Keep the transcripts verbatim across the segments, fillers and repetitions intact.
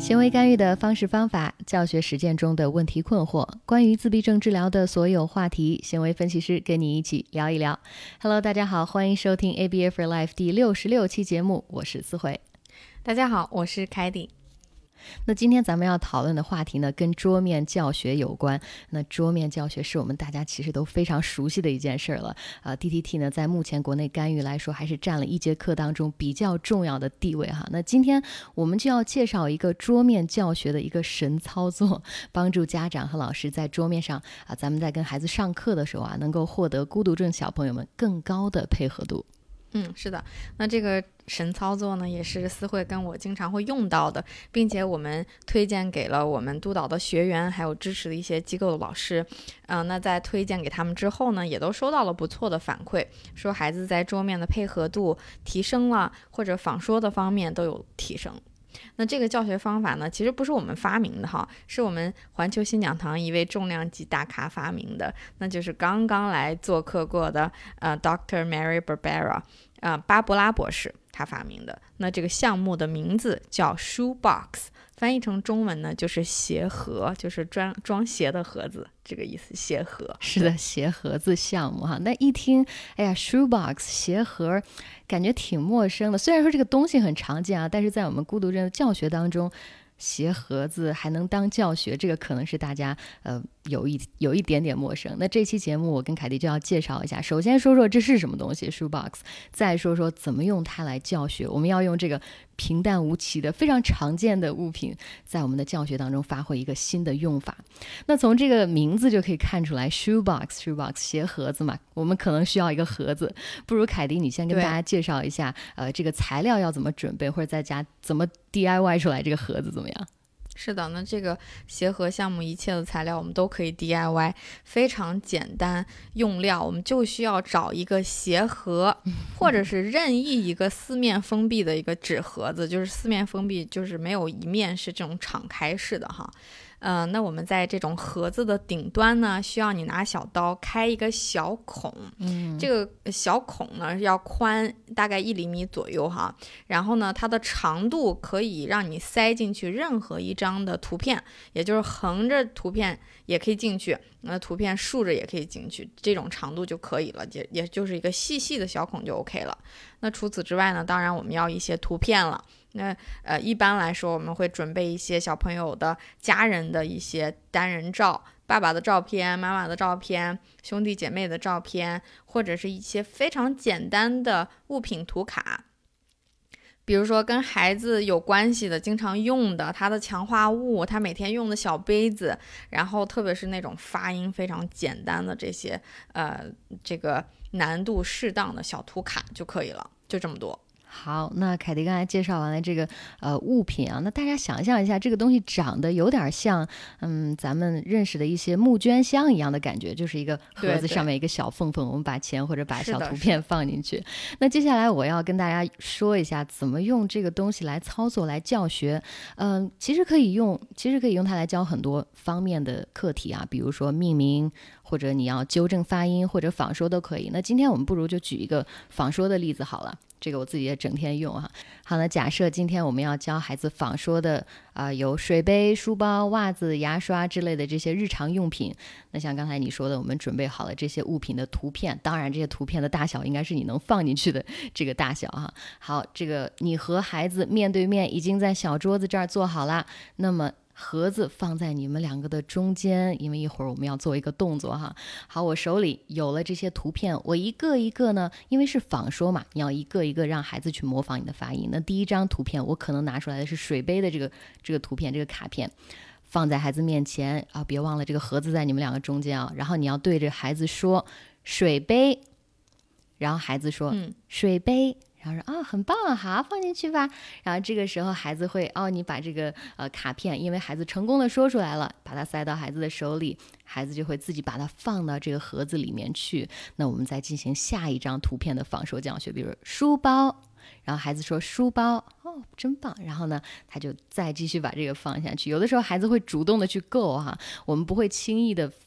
行为干预的方式方法，教学实践中的问题困惑，关于自闭症治疗的所有话题，行为分析师跟你一起聊一聊。Hello， 大家好，欢迎收听 A B A for Life 第六十六期节目，我是思慧。 大家好，我是凯蒂。 那今天咱们要讨论的话题呢，跟桌面教学有关。那桌面教学是我们大家其实都非常熟悉的一件事了。呃 D T T 呢，在目前国内干预来说，还是占了一节课当中比较重要的地位哈。那今天我们就要介绍一个桌面教学的一个神操作，帮助家长和老师在桌面上啊，咱们在跟孩子上课的时候啊，能够获得孤独症小朋友们更高的配合度。 嗯，是的，那这个神操作呢，也是思慧跟我经常会用到的，并且我们推荐给了我们督导的学员，还有支持的一些机构的老师。嗯、呃，那在推荐给他们之后呢，也都收到了不错的反馈，说孩子在桌面的配合度提升了，或者仿说的方面都有提升。那这个教学方法呢，其实不是我们发明的哈，是我们环球新讲堂一位重量级大咖发明的，那就是刚刚来做客过的呃 Doctor Mary Barbera， 呃巴伯拉博士他发明的。那这个项目的名字叫 Shoebox， 翻译成中文呢就是鞋盒，就是装装鞋的盒子这个意思，鞋盒。 是的，鞋盒子项目哈。那一听，哎呀 ，shoebox 鞋盒，感觉挺陌生的。虽然说这个东西很常见啊，但是在我们孤独症的教学当中，鞋盒子还能当教学，这个可能是大家呃有一有一点点陌生。那这期节目我跟凯蒂就要介绍一下，首先说说这是什么东西 shoebox， 再说说怎么用它来教学。我们要用这个平淡无奇的非常常见的物品在我们的教学当中发挥一个新的用法。那从这个名字就可以看出来 shoebox shoebox 鞋盒子嘛，我们可能需要一个盒子。不如凯蒂你先跟大家介绍一下呃，这个材料要怎么准备，或者在家怎么 D I Y 出来这个盒子怎么样？ 是的，那这个鞋盒项目一切的材料我们都可以 D I Y， 非常简单，用料我们就需要找一个鞋盒，或者是任意一个四面封闭的一个纸盒子，就是四面封闭，就是没有一面是这种敞开式的哈。呃，那我们在这种盒子的顶端呢，需要你拿小刀开一个小孔，嗯，这个小孔呢要宽大概一厘米左右哈，然后呢，它的长度可以让你塞进去任何一张的图片，也就是横着图片也可以进去，那图片竖着也可以进去，这种长度就可以了，也也就是一个细细的小孔就 OK 了。那除此之外呢，当然我们要一些图片了。那呃，一般来说我们会准备一些小朋友的家人的一些单人照，爸爸的照片、妈妈的照片、兄弟姐妹的照片，或者是一些非常简单的物品图卡，比如说跟孩子有关系的、经常用的，他的强化物，他每天用的小杯子，然后特别是那种发音非常简单的这些呃，这个难度适当的小图卡就可以了，就这么多。 好，那凯蒂刚才介绍完了这个呃物品啊，那大家想象一下，这个东西长得有点像嗯咱们认识的一些募捐箱一样的感觉，就是一个盒子上面一个小缝缝，我们把钱或者把小图片放进去。那接下来我要跟大家说一下怎么用这个东西来操作来教学。嗯、呃，其实可以用，其实可以用它来教很多方面的课题啊，比如说命名，或者你要纠正发音，或者仿说都可以。那今天我们不如就举一个仿说的例子好了。这个我自己也整天用哈。好了，假设今天我们要教孩子仿说的啊、呃，有水杯、书包、袜子、牙刷之类的这些日常用品。那像刚才你说的，我们准备好了这些物品的图片，当然这些图片的大小应该是你能放进去的这个大小哈。好，这个你和孩子面对面已经在小桌子这儿坐好了，那么盒子放在你们两个的中间，因为一会儿我们要做一个动作哈。好，我手里有了这些图片，我一个一个呢，因为是仿说嘛，你要一个一个让孩子去模仿你的发音。那第一张图片我可能拿出来的是水杯的这个这个图片，这个卡片放在孩子面前啊，别忘了这个盒子在你们两个中间啊。然后你要对着孩子说水杯，然后孩子说、嗯、水杯，然后说啊、哦，很棒啊，好，放进去吧。然后这个时候孩子会哦，你把这个呃卡片，因为孩子成功的说出来了，把它塞到孩子的手里，孩子就会自己把它放到这个盒子里面去。那我们再进行下一张图片的仿说教学，比如书包，然后孩子说书包，哦，真棒。然后呢，他就再继续把这个放下去。有的时候孩子会主动的去够哈，我们不会轻易的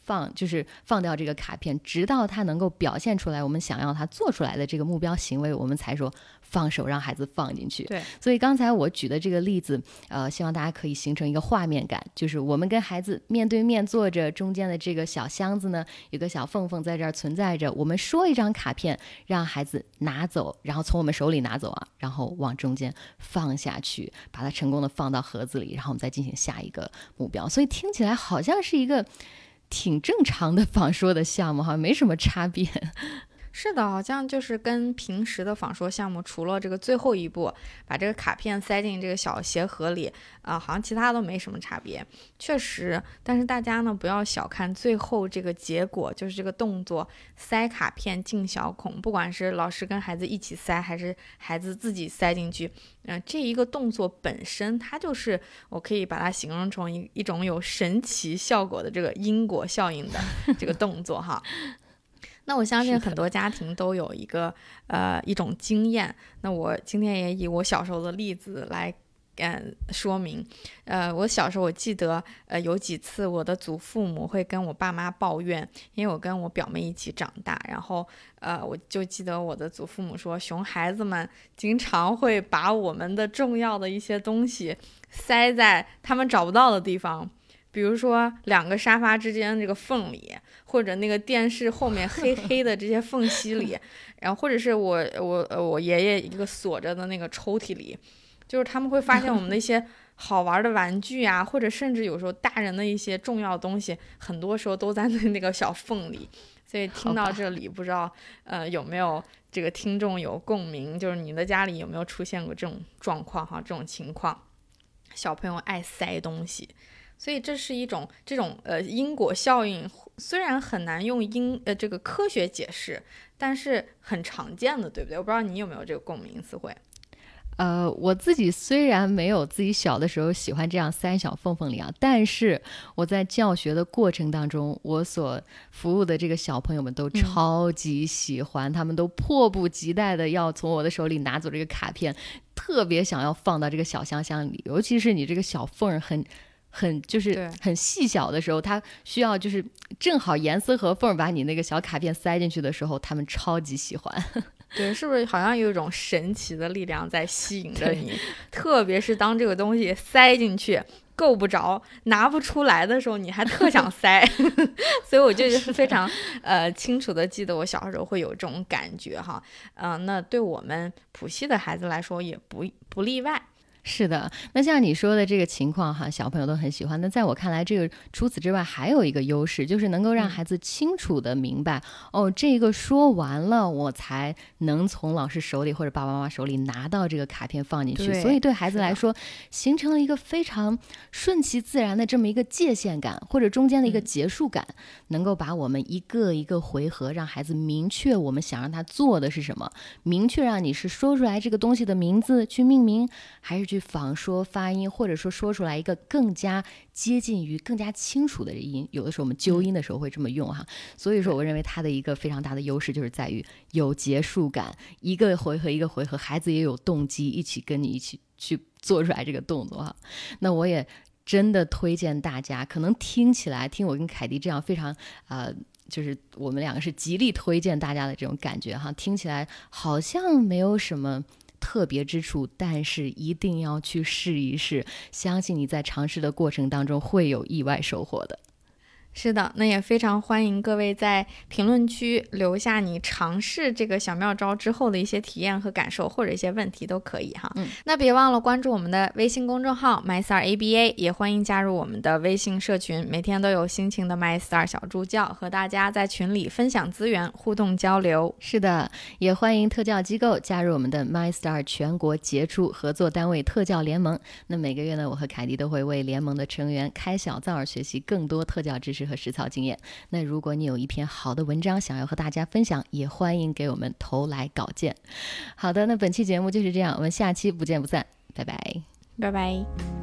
放就是放掉这个卡片，直到他能够表现出来我们想要他做出来的这个目标行为，我们才说放手让孩子放进去。 对， 所以刚才我举的这个例子，呃，希望大家可以形成一个画面感，就是我们跟孩子面对面坐着，中间的这个小箱子呢，有个小缝缝在这儿存在着，我们说一张卡片，让孩子拿走，然后从我们手里拿走啊，然后往中间放下去，把它成功的放到盒子里，然后我们再进行下一个目标。所以听起来好像是一个挺正常的仿说的项目，好像没什么差别。 是的，好像就是跟平时的仿说项目，除了这个最后一步把这个卡片塞进这个小鞋盒里啊、呃，好像其他都没什么差别。确实，但是大家呢不要小看最后这个结果，就是这个动作塞卡片进小孔，不管是老师跟孩子一起塞，还是孩子自己塞进去，嗯、呃，这一个动作本身，它就是我可以把它形容成一一种有神奇效果的这个因果效应的这个动作哈。那我相信很多家庭都有一个呃一种经验，那我今天也以我小时候的例子来嗯说明。呃我小时候我记得呃有几次我的祖父母会跟我爸妈抱怨，因为我跟我表妹一起长大，然后呃我就记得我的祖父母说，熊孩子们经常会把我们的重要的一些东西塞在他们找不到的地方，比如说两个沙发之间这个缝里，或者那个电视后面黑黑的这些缝隙里，然后或者是我我我爷爷一个锁着的那个抽屉里，就是他们会发现我们的一些好玩的玩具啊，或者甚至有时候大人的一些重要的东西，很多时候都在那个小缝里。所以听到这里，不知道呃有没有这个听众有共鸣，就是你的家里有没有出现过这种状况哈，这种情况，小朋友爱塞东西。所以这是一种这种呃因果效应，虽然很难用因呃这个科学解释，但是很常见的，对不对？我不知道你有没有这个共鸣，思慧。 呃，我自己虽然没有自己小的时候喜欢这样塞小缝缝里啊，但是我在教学的过程当中，我所服务的这个小朋友们都超级喜欢，嗯、他们都迫不及待的要从我的手里拿走这个卡片，特别想要放到这个小箱箱里，尤其是你这个小缝很。很就是很细小的时候，它需要就是正好严丝合缝把你那个小卡片塞进去的时候，他们超级喜欢。 对，是不是好像有一种神奇的力量在吸引着你？特别是当这个东西塞进去够不着拿不出来的时候，你还特想塞。所以我就是非常呃清楚的记得我小时候会有这种感觉哈。嗯、呃，那对我们普系的孩子来说也不不例外。 是的，那像你说的这个情况哈，小朋友都很喜欢。那在我看来，这个除此之外还有一个优势，就是能够让孩子清楚的明白、嗯、哦，这个说完了，我才能从老师手里或者爸爸妈妈手里拿到这个卡片放进去。所以对孩子来说，形成了一个非常顺其自然的这么一个界限感，或者中间的一个结束感，嗯、能够把我们一个一个回合，让孩子明确我们想让他做的是什么，明确让你是说出来这个东西的名字去命名，还是去仿说发音，或者说说出来一个更加接近于更加清楚的音。有的时候我们纠音的时候会这么用哈、嗯、所以说我认为它的一个非常大的优势就是在于有结束感，一个回合一个回合，孩子也有动机一起跟你一起去做出来这个动作哈。那我也真的推荐大家，可能听起来听我跟凯迪这样非常呃就是我们两个是极力推荐大家的这种感觉哈，听起来好像没有什么特别之处，但是一定要去试一试，相信你在尝试的过程当中会有意外收获的。 是的，那也非常欢迎各位在评论区留下你尝试这个小妙招之后的一些体验和感受，或者一些问题都可以哈。嗯，那别忘了关注我们的微信公众号 MyStar A B A， 也欢迎加入我们的微信社群，每天都有辛勤的 MyStar 小助教和大家在群里分享资源，互动交流。 是的，也欢迎特教机构加入我们的 MyStar 全国杰出合作单位特教联盟。那每个月呢，我和凯迪都会为联盟的成员开小灶儿学习更多特教知识和实操经验。那如果你有一篇好的文章想要和大家分享，也欢迎给我们投来稿件。好的，那本期节目就是这样，我们下期不见不散，拜拜， 拜拜。